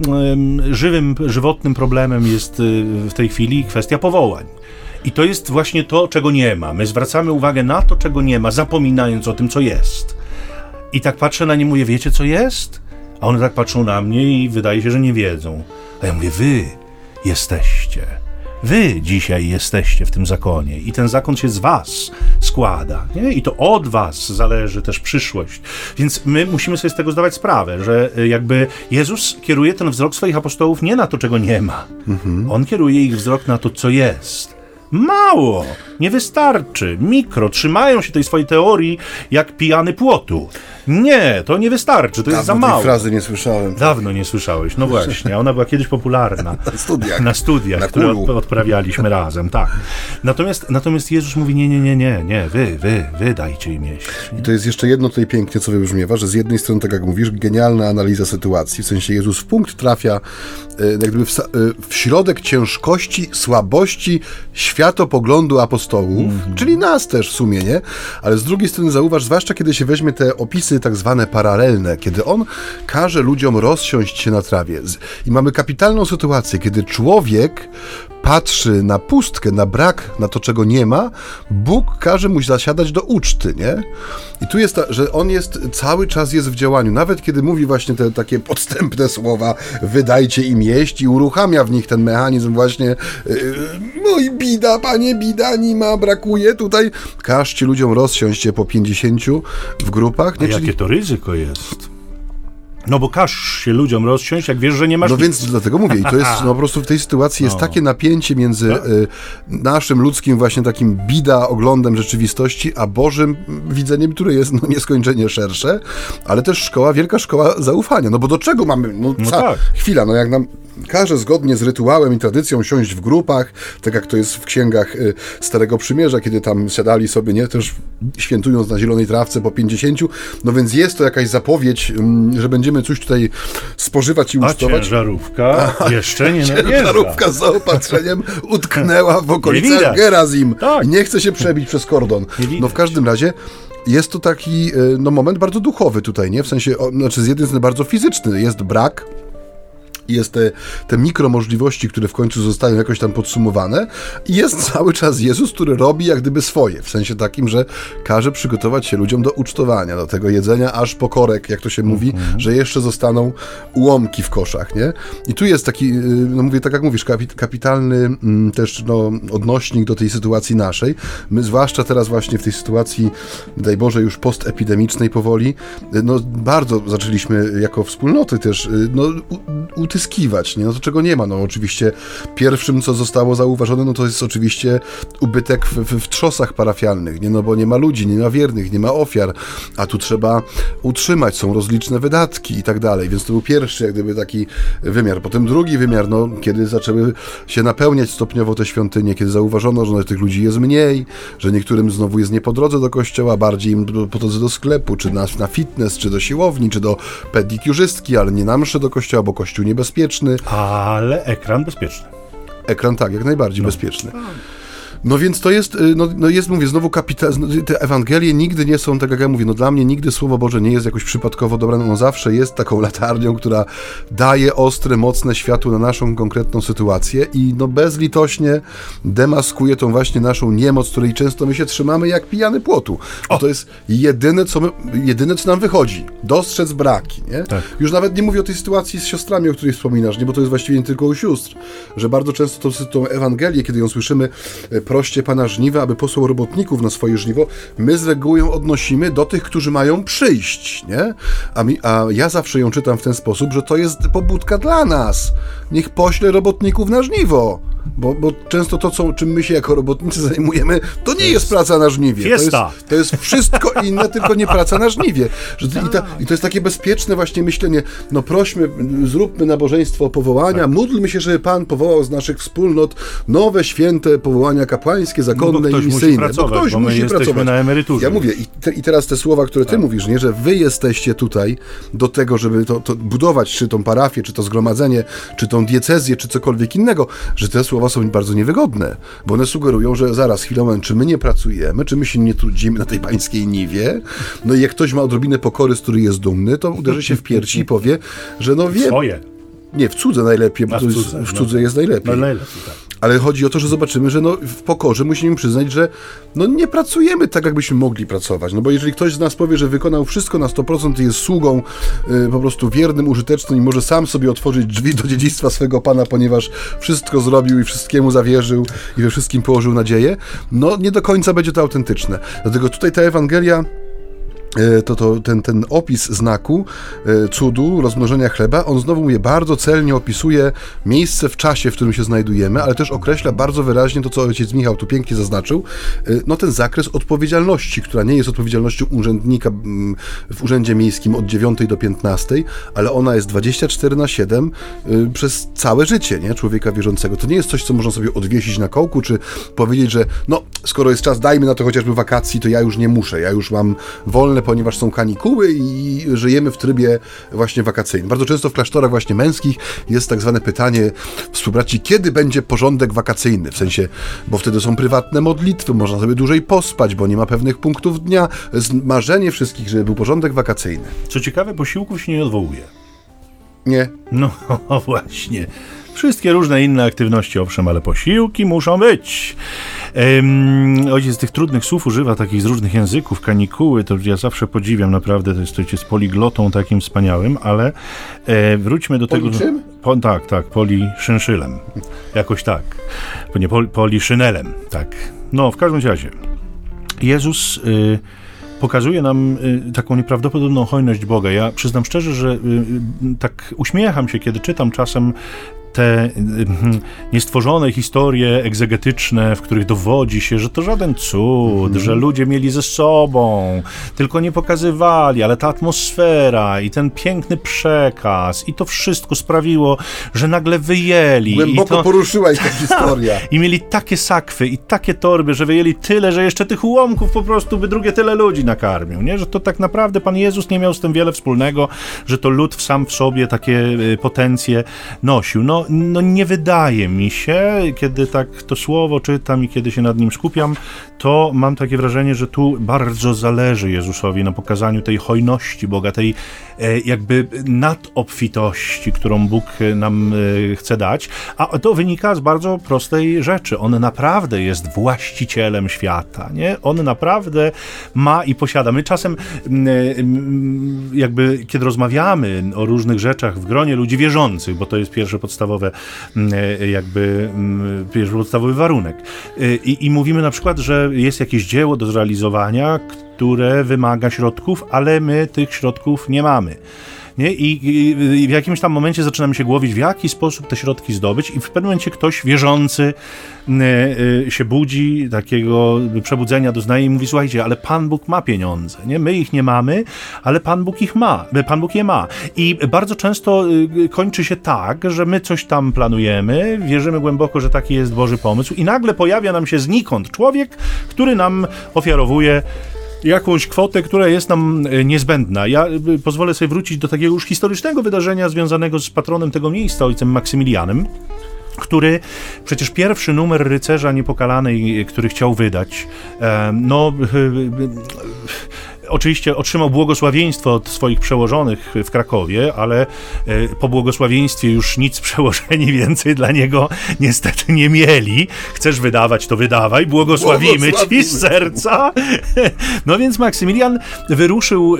y, żywym, żywotnym problemem jest y, w tej chwili kwestia powołań. I to jest właśnie to, czego nie ma. My zwracamy uwagę na to, czego nie ma, zapominając o tym, co jest. I tak patrzę na nie, mówię, wiecie, co jest? A one tak patrzą na mnie i wydaje się, że nie wiedzą. A ja mówię, wy jesteście. Wy dzisiaj jesteście w tym zakonie i ten zakon się z was składa, nie? I to od was zależy też przyszłość. Więc my musimy sobie z tego zdawać sprawę, że jakby Jezus kieruje ten wzrok swoich apostołów nie na to, czego nie ma. Mhm. On kieruje ich wzrok na to, co jest. Mało, nie wystarczy, mikro, trzymają się tej swojej teorii jak pijany płotu. Nie, to nie wystarczy, to jest za mało. Tej frazy nie słyszałem. Dawno nie słyszałeś, no właśnie, ona była kiedyś popularna. Na studiach. Na studiach, na które od, odprawialiśmy razem, tak. Natomiast, natomiast Jezus mówi, nie, nie, nie, nie, nie, wy, wy, wy dajcie im jeść. I to jest jeszcze jedno tutaj pięknie, co wybrzmiewa, że z jednej strony, tak jak mówisz, genialna analiza sytuacji, w sensie Jezus w punkt trafia jak gdyby w, w środek ciężkości, słabości światopoglądu apostołów, mm-hmm. czyli nas też w sumie, nie? Ale z drugiej strony zauważ, zwłaszcza kiedy się weźmie te opisy tak zwane paralelne, kiedy on każe ludziom rozsiąść się na trawie. I mamy kapitalną sytuację, kiedy człowiek patrzy na pustkę, na brak, na to, czego nie ma, Bóg każe mu zasiadać do uczty, nie? I tu jest, ta, że on jest, cały czas jest w działaniu, nawet kiedy mówi właśnie te takie podstępne słowa, wydajcie im jeść i uruchamia w nich ten mechanizm właśnie, yy, no i bida, panie, bida, nie ma, brakuje, tutaj każcie ludziom rozsiąść się po pięćdziesięciu w grupach. Nie? A Czyli... jakie to ryzyko jest? No bo każ się ludziom rozsiąść, jak wiesz, że nie masz No nic. więc dlatego mówię, i to jest, no po prostu w tej sytuacji jest No. takie napięcie między Tak. y, naszym ludzkim właśnie takim bida oglądem rzeczywistości, a Bożym widzeniem, które jest no, nieskończenie szersze, ale też szkoła, wielka szkoła zaufania. No bo do czego mamy, no, No ca, tak. chwila, no jak nam każe zgodnie z rytuałem i tradycją siąść w grupach, tak jak to jest w księgach y, Starego Przymierza, kiedy tam siadali sobie, nie, też świętując na zielonej trawce po pięćdziesięciu, no więc jest to jakaś zapowiedź, ym, że będziemy coś tutaj spożywać i A ucztować. ciężarówka jeszcze nie nadjeżdża. Ciężarówka z zaopatrzeniem utknęła w Nie okolicach widać. Gerazim Tak. i nie chce się przebić przez kordon. Nie widać. No w każdym razie jest to taki y, no, moment bardzo duchowy tutaj, nie? W sensie, o, znaczy z jednej strony bardzo fizyczny, jest brak, jest te, te mikromożliwości, które w końcu zostają jakoś tam podsumowane i jest cały czas Jezus, który robi jak gdyby swoje, w sensie takim, że każe przygotować się ludziom do ucztowania, do tego jedzenia aż po korek, jak to się mówi, Mhm. że jeszcze zostaną ułomki w koszach, nie? I tu jest taki, y, no mówię, tak jak mówisz, kapit- kapitalny mm, też no, odnośnik do tej sytuacji naszej. My zwłaszcza teraz właśnie w tej sytuacji, daj Boże, już postepidemicznej powoli, y, no bardzo zaczęliśmy jako wspólnoty też y, no, u, utyskiwać, nie? No to czego nie ma. No oczywiście pierwszym, co zostało zauważone, no to jest oczywiście ubytek w, w, w trzosach parafialnych, nie? No bo nie ma ludzi, nie ma wiernych, nie ma ofiar, a tu trzeba utrzymać, są rozliczne wydatki i tak dalej, więc to był pierwszy jak gdyby taki wymiar. Potem drugi wymiar, no kiedy zaczęły się napełniać stopniowo te świątynie, kiedy zauważono, że no, tych ludzi jest mniej, że niektórym znowu jest nie po drodze do kościoła, bardziej im po drodze do sklepu, czy na, na fitness, czy do siłowni, czy do pedikiurzystki, ale nie na mszę do kościoła, bo kościół niebezpieczny. Ale ekran bezpieczny. Ekran tak, jak najbardziej bezpieczny. No więc to jest, y, no, no jest, mówię, znowu kapita- zn- te Ewangelie nigdy nie są, tak jak ja mówię, no dla mnie nigdy Słowo Boże nie jest jakoś przypadkowo dobrane, no zawsze jest taką latarnią, która daje ostre, mocne światło na naszą konkretną sytuację i no bezlitośnie demaskuje tą właśnie naszą niemoc, której często my się trzymamy jak pijany płotu. Bo to jest jedyne, co my, jedyne, co nam wychodzi. Dostrzec braki, nie? Tak. Już nawet nie mówię o tej sytuacji z siostrami, o której wspominasz, nie? Bo to jest właściwie nie tylko u sióstr, że bardzo często tą, tą Ewangelię, kiedy ją słyszymy, proście Pana żniwa, aby posłał robotników na swoje żniwo, my z reguły ją odnosimy do tych, którzy mają przyjść, nie? A, mi, a ja zawsze ją czytam w ten sposób, że to jest pobudka dla nas. Niech pośle robotników na żniwo. Bo, bo często to, co, czym my się jako robotnicy zajmujemy, to nie jest praca na żniwie. Fiesta. To jest, to jest wszystko inne, tylko nie praca na żniwie. Że, i, ta, I to jest takie bezpieczne właśnie myślenie, no prośmy, zróbmy nabożeństwo powołania, Tak. módlmy się, żeby Pan powołał z naszych wspólnot nowe, święte powołania kapłańskie, zakonne No bo ktoś i musi misyjne. pracować, bo my jesteśmy na emeryturze. Ja mówię, i, te, i teraz te słowa, które ty mówisz, nie, że wy jesteście tutaj do tego, żeby to, to budować, czy tą parafię, czy to zgromadzenie, czy tą diecezję, czy cokolwiek innego, że te słowa są bardzo niewygodne, bo one sugerują, że zaraz, chwilę, moment, czy my nie pracujemy, czy my się nie trudzimy na tej pańskiej niwie, no i jak ktoś ma odrobinę pokory, z której jest dumny, to uderzy się w piersi i powie, że no wie... Swoje. Nie, w cudze najlepiej, bo A, to w jest, cudze, w no. cudze jest najlepiej. No najlepiej, tak. Ale chodzi o to, że zobaczymy, że no w pokorze musimy przyznać, że no nie pracujemy tak, jakbyśmy mogli pracować. No bo jeżeli ktoś z nas powie, że wykonał wszystko na sto procent i jest sługą y, po prostu wiernym, użytecznym i może sam sobie otworzyć drzwi do dziedzictwa swego Pana, ponieważ wszystko zrobił i wszystkiemu zawierzył i we wszystkim położył nadzieję, no nie do końca będzie to autentyczne. Dlatego tutaj ta Ewangelia, to, to ten, ten opis znaku, cudu, rozmnożenia chleba, on znowu mówię, bardzo celnie opisuje miejsce w czasie, w którym się znajdujemy, ale też określa bardzo wyraźnie to, co ojciec Michał tu pięknie zaznaczył, no ten zakres odpowiedzialności, która nie jest odpowiedzialnością urzędnika w urzędzie miejskim od dziewiątej do piętnastej, ale ona jest dwadzieścia cztery na siedem przez całe życie, nie? Człowieka wierzącego. To nie jest coś, co można sobie odwiesić na kołku, czy powiedzieć, że no, skoro jest czas, dajmy na to chociażby wakacji, to ja już nie muszę, ja już mam wolne, ponieważ są kanikuły i żyjemy w trybie właśnie wakacyjnym. Bardzo często w klasztorach właśnie męskich jest tak zwane pytanie współbraci, kiedy będzie porządek wakacyjny, w sensie, bo wtedy są prywatne modlitwy, można sobie dłużej pospać, bo nie ma pewnych punktów dnia. Marzenie wszystkich, żeby był porządek wakacyjny. Co ciekawe, posiłków się nie odwołuje. Nie. No właśnie. Wszystkie różne inne aktywności, owszem, ale posiłki muszą być. Um, ojciec tych trudnych słów używa takich z różnych języków, kanikuły, to ja zawsze podziwiam, naprawdę, to jest ojciec poliglotą takim wspaniałym, ale e, wróćmy do Poli tego... czym? Po, tak, tak, poliszynszylem. Jakoś tak. Nie, pol, poliszynelem, tak. No, w każdym razie. Jezus... Y, pokazuje nam taką nieprawdopodobną hojność Boga. Ja przyznam szczerze, że tak uśmiecham się, kiedy czytam czasem te niestworzone historie egzegetyczne, w których dowodzi się, że to żaden cud, mm. że ludzie mieli ze sobą, tylko nie pokazywali, ale ta atmosfera i ten piękny przekaz i to wszystko sprawiło, że nagle wyjęli. Głęboko i to, poruszyła ich ta historia. I mieli takie sakwy i takie torby, że wyjęli tyle, że jeszcze tych ułomków po prostu by drugie tyle ludzi nakarmił, nie? Że to tak naprawdę Pan Jezus nie miał z tym wiele wspólnego, że to lud sam w sobie takie potencje nosił. No, no nie wydaje mi się, kiedy tak to słowo czytam i kiedy się nad nim skupiam, to mam takie wrażenie, że tu bardzo zależy Jezusowi na pokazaniu tej hojności Boga, tej e, jakby nadobfitości, którą Bóg nam e, chce dać, a to wynika z bardzo prostej rzeczy. On naprawdę jest właścicielem świata, nie? On naprawdę ma i posiada. My czasem e, jakby, kiedy rozmawiamy o różnych rzeczach w gronie ludzi wierzących, bo to jest pierwsze podstawowe jakby pierwszy podstawowy warunek. I, I mówimy na przykład, że jest jakieś dzieło do zrealizowania, które wymaga środków, ale my tych środków nie mamy. Nie? I, i, I w jakimś tam momencie zaczynamy się głowić, w jaki sposób te środki zdobyć, i w pewnym momencie ktoś wierzący y, y, się budzi, takiego przebudzenia doznaje i mówi: słuchajcie, ale Pan Bóg ma pieniądze, nie? My ich nie mamy, ale Pan Bóg ich ma, Pan Bóg je ma. I bardzo często y, kończy się tak, że my coś tam planujemy, wierzymy głęboko, że taki jest Boży pomysł, i nagle pojawia nam się znikąd człowiek, który nam ofiarowuje jakąś kwotę, która jest nam niezbędna. Ja pozwolę sobie wrócić do takiego już historycznego wydarzenia związanego z patronem tego miejsca, ojcem Maksymilianem, który przecież pierwszy numer Rycerza Niepokalanej, który chciał wydać, no oczywiście otrzymał błogosławieństwo od swoich przełożonych w Krakowie, ale po błogosławieństwie już nic przełożeni więcej dla niego niestety nie mieli. Chcesz wydawać, to wydawaj, błogosławimy, błogosławimy. ci z serca. No więc Maksymilian wyruszył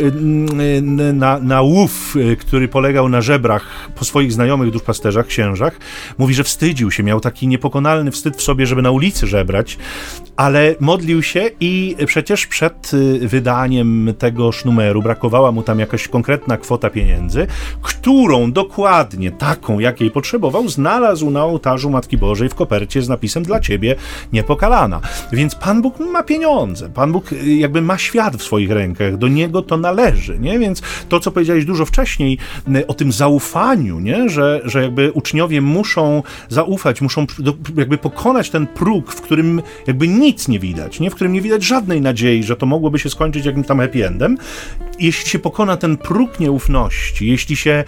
na, na łów, który polegał na żebrach po swoich znajomych duszpasterzach, księżach. Mówi, że wstydził się, miał taki niepokonalny wstyd w sobie, żeby na ulicy żebrać, ale modlił się i przecież przed wydaniem tegoż numeru brakowała mu tam jakaś konkretna kwota pieniędzy, którą dokładnie taką, jakiej potrzebował, znalazł na ołtarzu Matki Bożej w kopercie z napisem: dla ciebie niepokalana. Więc Pan Bóg ma pieniądze, Pan Bóg jakby ma świat w swoich rękach, do Niego to należy, nie? Więc to, co powiedziałeś dużo wcześniej o tym zaufaniu, nie? Że, że jakby uczniowie muszą zaufać, muszą jakby pokonać ten próg, w którym jakby nic nie widać, nie? W którym nie widać żadnej nadziei, że to mogłoby się skończyć jakimś tam happy endem. Jeśli się pokona ten próg nieufności, jeśli się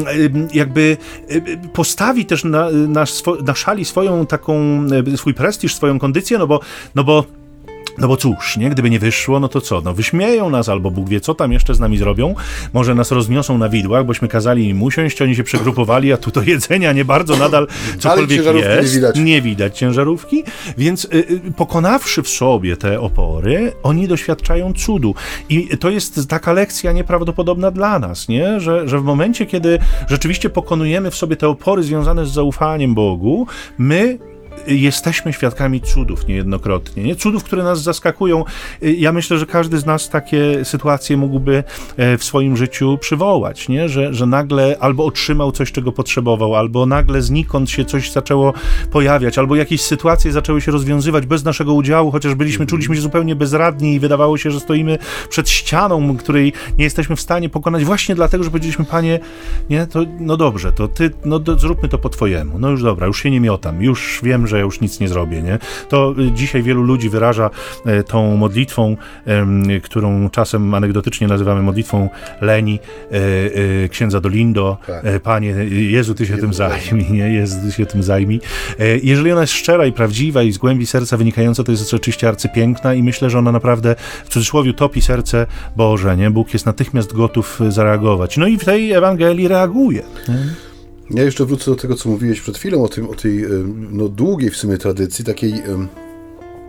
jakby postawi też na, na, swo, na szali swoją taką, swój prestiż, swoją kondycję, no bo, no bo No bo cóż, nie? Gdyby nie wyszło, no to co? No wyśmieją nas, albo Bóg wie, co tam jeszcze z nami zrobią. Może nas rozniosą na widłach, bośmy kazali im usiąść, oni się przegrupowali, a tu do jedzenia nie bardzo nadal cokolwiek jest. Nie widać. nie widać ciężarówki. Więc y, y, pokonawszy w sobie te opory, oni doświadczają cudu. I to jest taka lekcja nieprawdopodobna dla nas, nie? Że, że w momencie, kiedy rzeczywiście pokonujemy w sobie te opory związane z zaufaniem Bogu, my jesteśmy świadkami cudów niejednokrotnie, nie? Cudów, które nas zaskakują. Ja myślę, że każdy z nas takie sytuacje mógłby w swoim życiu przywołać, nie? Że, że nagle albo otrzymał coś, czego potrzebował, albo nagle znikąd się coś zaczęło pojawiać, albo jakieś sytuacje zaczęły się rozwiązywać bez naszego udziału, chociaż byliśmy, czuliśmy się zupełnie bezradni i wydawało się, że stoimy przed ścianą, której nie jesteśmy w stanie pokonać, właśnie dlatego, że powiedzieliśmy: Panie, nie, to no dobrze, to Ty, no do, zróbmy to po Twojemu. No już dobra, już się nie miotam, już wiem, że ja już nic nie zrobię, nie? To dzisiaj wielu ludzi wyraża e, tą modlitwą, e, którą czasem anegdotycznie nazywamy modlitwą leni, e, e, księdza Dolindo. Tak. E, Panie, Jezu, Ty się Jezu, tym zajmij, nie? Jezu, Ty się tym zajmij. E, jeżeli ona jest szczera i prawdziwa i z głębi serca wynikająca, to jest oczywiście arcypiękna i myślę, że ona naprawdę w cudzysłowie topi serce Boże, nie? Bóg jest natychmiast gotów zareagować. No i w tej Ewangelii reaguje. Nie? Ja jeszcze wrócę do tego, co mówiłeś przed chwilą, o, tym, o tej no, długiej w sumie tradycji, takiej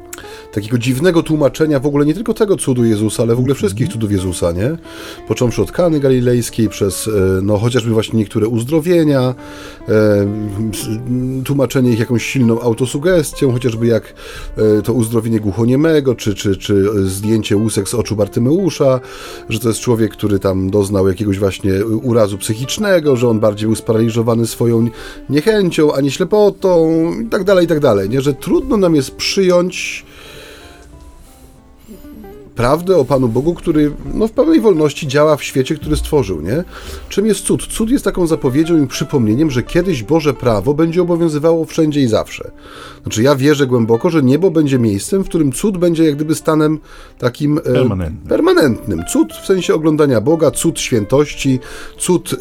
takiego dziwnego tłumaczenia w ogóle nie tylko tego cudu Jezusa, ale w ogóle wszystkich cudów Jezusa, nie? Począwszy od Kany Galilejskiej, przez no chociażby właśnie niektóre uzdrowienia, e, tłumaczenie ich jakąś silną autosugestią, chociażby jak e, to uzdrowienie głuchoniemego, czy, czy, czy zdjęcie łusek z oczu Bartymeusza, że to jest człowiek, który tam doznał jakiegoś właśnie urazu psychicznego, że on bardziej był sparaliżowany swoją niechęcią, a nie ślepotą, i tak dalej, i tak dalej, nie? Że trudno nam jest przyjąć prawdę o Panu Bogu, który no, w pełnej wolności działa w świecie, który stworzył, nie? Czym jest cud? Cud jest taką zapowiedzią i przypomnieniem, że kiedyś Boże prawo będzie obowiązywało wszędzie i zawsze. Znaczy ja wierzę głęboko, że niebo będzie miejscem, w którym cud będzie jak gdyby stanem takim e, permanentnym. permanentnym. Cud w sensie oglądania Boga, cud świętości, cud e,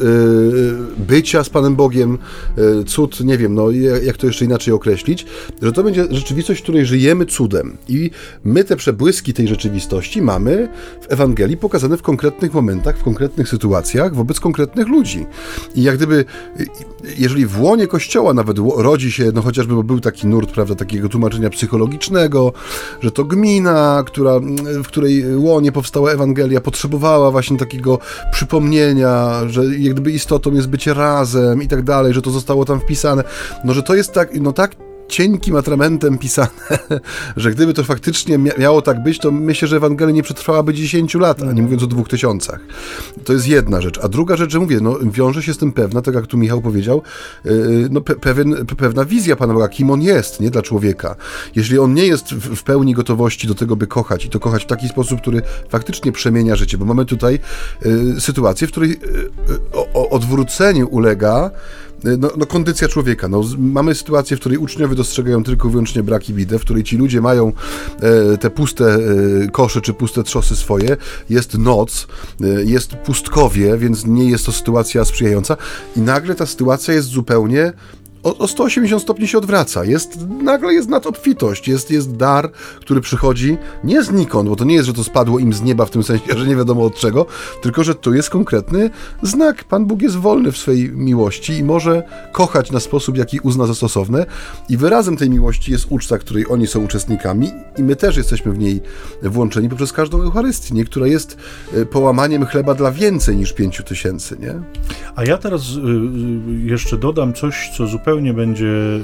bycia z Panem Bogiem, e, cud, nie wiem, no jak to jeszcze inaczej określić, że to będzie rzeczywistość, w której żyjemy cudem. I my te przebłyski tej rzeczywistości mamy w Ewangelii pokazane w konkretnych momentach, w konkretnych sytuacjach, wobec konkretnych ludzi. I jak gdyby, jeżeli w łonie Kościoła nawet rodzi się, no chociażby, bo był taki nurt, prawda, takiego tłumaczenia psychologicznego, że to gmina, która, w której łonie powstała Ewangelia, potrzebowała właśnie takiego przypomnienia, że jak gdyby istotą jest bycie razem i tak dalej, że to zostało tam wpisane, no że to jest tak, no tak cienkim atramentem pisane, że gdyby to faktycznie miało tak być, to myślę, że Ewangelia nie przetrwałaby dziesięciu lat, a nie mówiąc o dwóch tysiącach. To jest jedna rzecz. A druga rzecz, że mówię, no wiąże się z tym pewna, tak jak tu Michał powiedział, no pe- pewien, pewna wizja Pana Boga, kim On jest, nie, dla człowieka. Jeżeli On nie jest w, w pełni gotowości do tego, by kochać i to kochać w taki sposób, który faktycznie przemienia życie, bo mamy tutaj y, sytuację, w której y, o, o odwróceniu ulega No, no kondycja człowieka. No, mamy sytuację, w której uczniowie dostrzegają tylko i wyłącznie brak i bidę, w której ci ludzie mają e, te puste e, kosze czy puste trzosy swoje, jest noc, e, jest pustkowie, więc nie jest to sytuacja sprzyjająca i nagle ta sytuacja jest zupełnie O, o sto osiemdziesiąt stopni się odwraca. Jest, nagle jest nadobfitość, jest, jest dar, który przychodzi nie znikąd, bo to nie jest, że to spadło im z nieba w tym sensie, że nie wiadomo od czego, tylko że tu jest konkretny znak. Pan Bóg jest wolny w swej miłości i może kochać na sposób, jaki uzna za stosowne i wyrazem tej miłości jest uczta, której oni są uczestnikami i my też jesteśmy w niej włączeni poprzez każdą Eucharystię, nie? Która jest połamaniem chleba dla więcej niż pięciu tysięcy, nie? A ja teraz y, jeszcze dodam coś, co zupełnie zupełnie będzie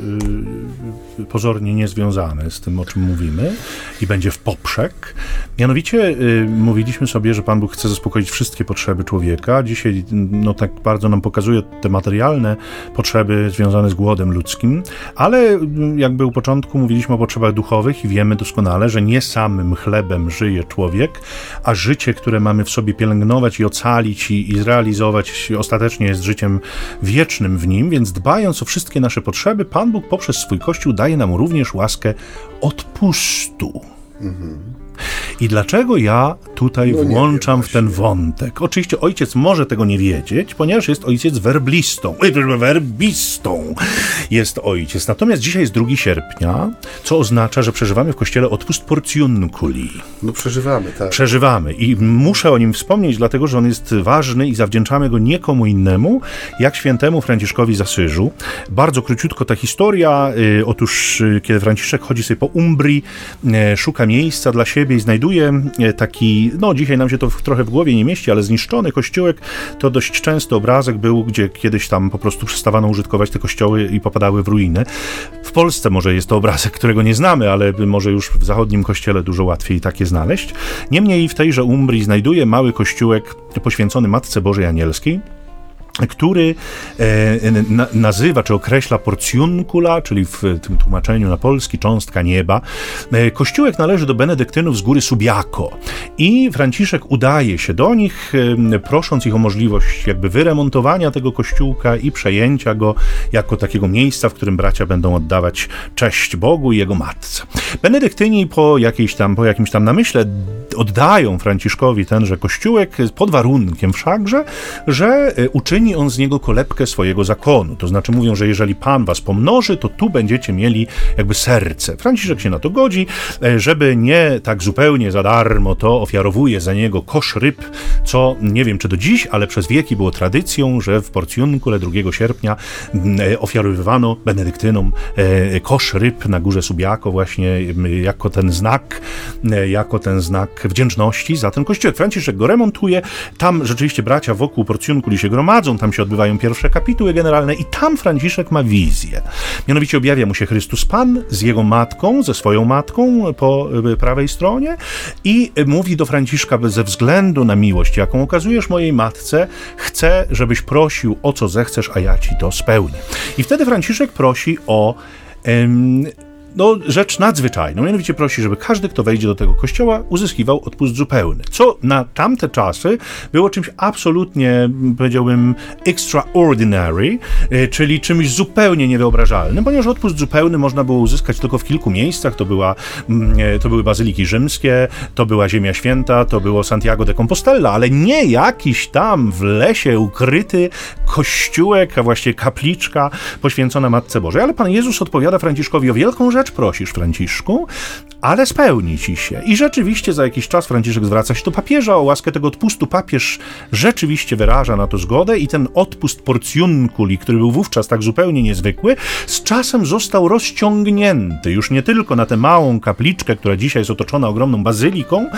y, pozornie niezwiązane z tym, o czym mówimy i będzie w poprzek. Mianowicie y, mówiliśmy sobie, że Pan Bóg chce zaspokoić wszystkie potrzeby człowieka. Dzisiaj no tak bardzo nam pokazuje te materialne potrzeby związane z głodem ludzkim, ale jakby u początku mówiliśmy o potrzebach duchowych i wiemy doskonale, że nie samym chlebem żyje człowiek, a życie, które mamy w sobie pielęgnować i ocalić i, i zrealizować, ostatecznie jest życiem wiecznym w nim, więc dbając o wszystkie nasze potrzeby, Pan Bóg poprzez swój Kościół daje nam również łaskę odpustu. Mhm. I dlaczego ja tutaj no włączam w ten wątek? Oczywiście ojciec może tego nie wiedzieć, ponieważ jest ojciec werblistą. Werbistą jest ojciec. Natomiast dzisiaj jest drugiego sierpnia, co oznacza, że przeżywamy w Kościele odpust portiunculi. No przeżywamy, tak. Przeżywamy i muszę o nim wspomnieć, dlatego, że on jest ważny i zawdzięczamy go nie komu innemu, jak świętemu Franciszkowi z Asyżu. Bardzo króciutko ta historia. Otóż, kiedy Franciszek chodzi sobie po Umbrii, szuka miejsca dla siebie i znajduje taki, no dzisiaj nam się to trochę w głowie nie mieści, ale zniszczony kościółek. To dość częsty obrazek był, gdzie kiedyś tam po prostu przestawano użytkować te kościoły i popadały w ruinę. W Polsce może jest to obrazek, którego nie znamy, ale może już w zachodnim kościele dużo łatwiej takie znaleźć. Niemniej w tejże Umbrii znajduje mały kościółek poświęcony Matce Bożej Anielskiej, który e, na, nazywa, czy określa portiuncula, czyli w tym tłumaczeniu na polski cząstka nieba. E, kościółek należy do benedyktynów z góry Subiaco i Franciszek udaje się do nich, e, prosząc ich o możliwość jakby wyremontowania tego kościółka i przejęcia go jako takiego miejsca, w którym bracia będą oddawać cześć Bogu i Jego Matce. Benedyktyni po, jakiejś tam, po jakimś tam namyśle oddają Franciszkowi tenże kościółek pod warunkiem wszakże, że uczyni wyłoni on z niego kolebkę swojego zakonu. To znaczy mówią, że jeżeli Pan was pomnoży, to tu będziecie mieli jakby serce. Franciszek się na to godzi, żeby nie tak zupełnie za darmo, to ofiarowuje za niego kosz ryb, co nie wiem czy do dziś, ale przez wieki było tradycją, że w Porciuncule drugiego sierpnia ofiarowywano benedyktynom kosz ryb na górze Subiaco właśnie jako ten znak, jako ten znak wdzięczności za ten kościółek. Franciszek go remontuje, tam rzeczywiście bracia wokół Porciunculi się gromadzą, tam się odbywają pierwsze kapituły generalne i tam Franciszek ma wizję. Mianowicie objawia mu się Chrystus Pan z jego matką, ze swoją matką po prawej stronie i mówi do Franciszka: ze względu na miłość, jaką okazujesz mojej matce, chcę, żebyś prosił o co zechcesz, a ja ci to spełnię. I wtedy Franciszek prosi o em, no, rzecz nadzwyczajną. Mianowicie prosi, żeby każdy, kto wejdzie do tego kościoła, uzyskiwał odpust zupełny. Co na tamte czasy było czymś absolutnie, powiedziałbym, extraordinary, czyli czymś zupełnie niewyobrażalnym, ponieważ odpust zupełny można było uzyskać tylko w kilku miejscach. To, była, to były bazyliki rzymskie, to była Ziemia Święta, to było Santiago de Compostela, ale nie jakiś tam w lesie ukryty kościółek, a właściwie kapliczka poświęcona Matce Bożej. Ale Pan Jezus odpowiada Franciszkowi: o wielką rzecz prosisz, Franciszku, ale spełni ci się. I rzeczywiście za jakiś czas Franciszek zwraca się do papieża o łaskę tego odpustu. Papież rzeczywiście wyraża na to zgodę i ten odpust Porciunculi, który był wówczas tak zupełnie niezwykły, z czasem został rozciągnięty już nie tylko na tę małą kapliczkę, która dzisiaj jest otoczona ogromną bazyliką,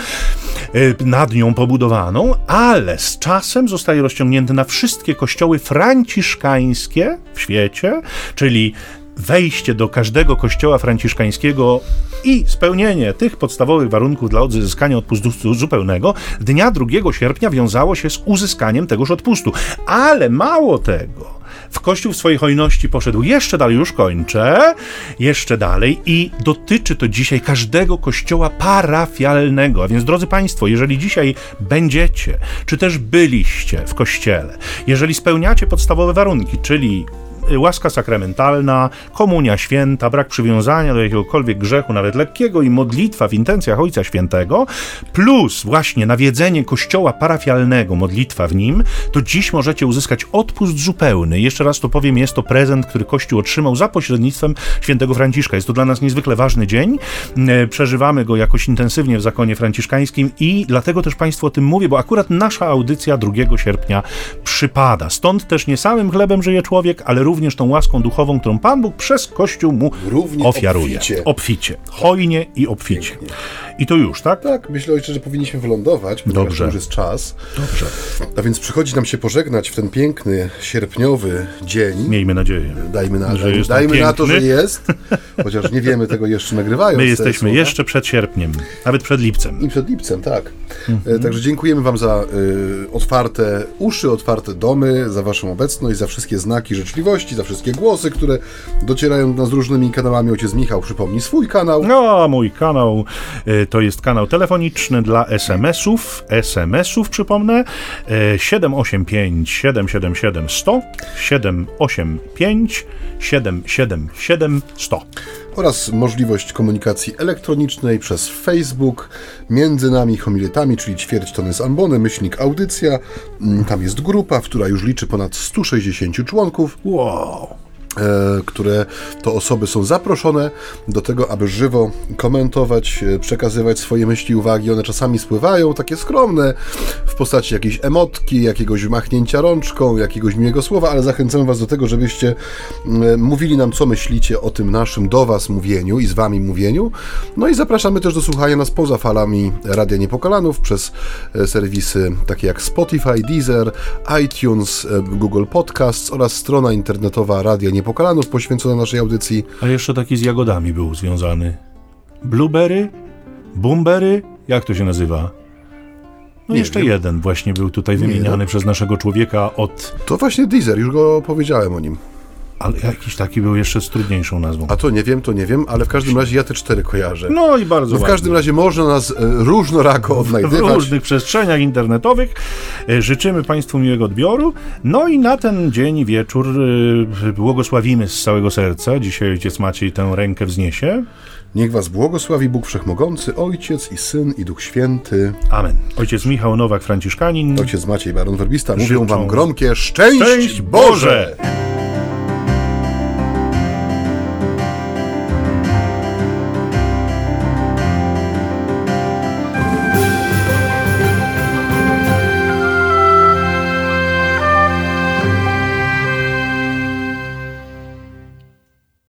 nad nią pobudowaną, ale z czasem zostaje rozciągnięty na wszystkie kościoły franciszkańskie w świecie, czyli wejście do każdego kościoła franciszkańskiego i spełnienie tych podstawowych warunków dla odzyskania odpustu zupełnego dnia drugiego sierpnia wiązało się z uzyskaniem tegoż odpustu. Ale mało tego, w Kościół w swojej hojności poszedł jeszcze dalej, już kończę, jeszcze dalej i dotyczy to dzisiaj każdego kościoła parafialnego. A więc, drodzy Państwo, jeżeli dzisiaj będziecie, czy też byliście w kościele, jeżeli spełniacie podstawowe warunki, czyli łaska sakramentalna, komunia święta, brak przywiązania do jakiegokolwiek grzechu, nawet lekkiego, i modlitwa w intencjach Ojca Świętego, plus właśnie nawiedzenie kościoła parafialnego, modlitwa w nim, to dziś możecie uzyskać odpust zupełny. Jeszcze raz to powiem, jest to prezent, który Kościół otrzymał za pośrednictwem świętego Franciszka. Jest to dla nas niezwykle ważny dzień. Przeżywamy go jakoś intensywnie w zakonie franciszkańskim i dlatego też Państwu o tym mówię, bo akurat nasza audycja drugiego sierpnia przypada. Stąd też nie samym chlebem żyje człowiek, ale również również tą łaską duchową, którą Pan Bóg przez Kościół mu równie ofiaruje. Obficie. obficie. Hojnie i obficie. Pięknie. I to już, tak? Tak, myślę, ojcze, że powinniśmy wylądować, ponieważ Dobrze. to już jest czas. Dobrze. A więc przychodzi nam się pożegnać w ten piękny, sierpniowy dzień. Miejmy nadzieję. Dajmy na, że jest dajmy na to, że jest, chociaż nie wiemy tego jeszcze nagrywając. My jesteśmy jeszcze przed sierpniem, nawet przed lipcem. I przed lipcem, tak. Mhm. Także dziękujemy Wam za y, otwarte uszy, otwarte domy, za Waszą obecność, za wszystkie znaki życzliwości, za wszystkie głosy, które docierają do nas różnymi kanałami. Ojciec Michał przypomni swój kanał. No, a mój kanał y, to jest kanał telefoniczny dla es em esów. es em esów, przypomnę, y, siedem osiem pięć siedem siedem siedem sto, siedem osiem pięć siedem siedem siedem sto. Oraz możliwość komunikacji elektronicznej przez Facebook, między nami homiletami, czyli ćwierć tony z ambony, myślnik audycja. Tam jest grupa, która już liczy ponad sto sześćdziesiąt członków. Wow! Które to osoby są zaproszone do tego, aby żywo komentować, przekazywać swoje myśli, uwagi. One czasami spływają, takie skromne, w postaci jakiejś emotki, jakiegoś machnięcia rączką, jakiegoś miłego słowa, ale zachęcamy Was do tego, żebyście mówili nam, co myślicie o tym naszym do Was mówieniu i z Wami mówieniu. No i zapraszamy też do słuchania nas poza falami Radia Niepokalanów przez serwisy takie jak Spotify, Deezer, iTunes, Google Podcasts oraz strona internetowa Radia Niepokalanów poświęcona naszej audycji. A jeszcze taki z jagodami był związany. Blueberry? Boomberry? Jak to się nazywa? No nie jeszcze wiem. Jeden właśnie był tutaj wymieniany nie, przez naszego człowieka od... To właśnie Deezer, już go powiedziałem o nim. Ale jakiś taki był jeszcze z trudniejszą nazwą. A to nie wiem, to nie wiem, ale w każdym razie ja te cztery kojarzę. No i bardzo no w każdym razie można nas różnorako odnajdywać. W różnych przestrzeniach internetowych. Życzymy Państwu miłego odbioru. No i na ten dzień i wieczór błogosławimy z całego serca. Dzisiaj ojciec Maciej tę rękę wzniesie. Niech was błogosławi Bóg Wszechmogący, Ojciec i Syn i Duch Święty. Amen. Ojciec Michał Nowak, Franciszkanin. Ojciec Maciej Baron Werbista. Mówią Życzą wam gromkie szczęść, szczęść Boże!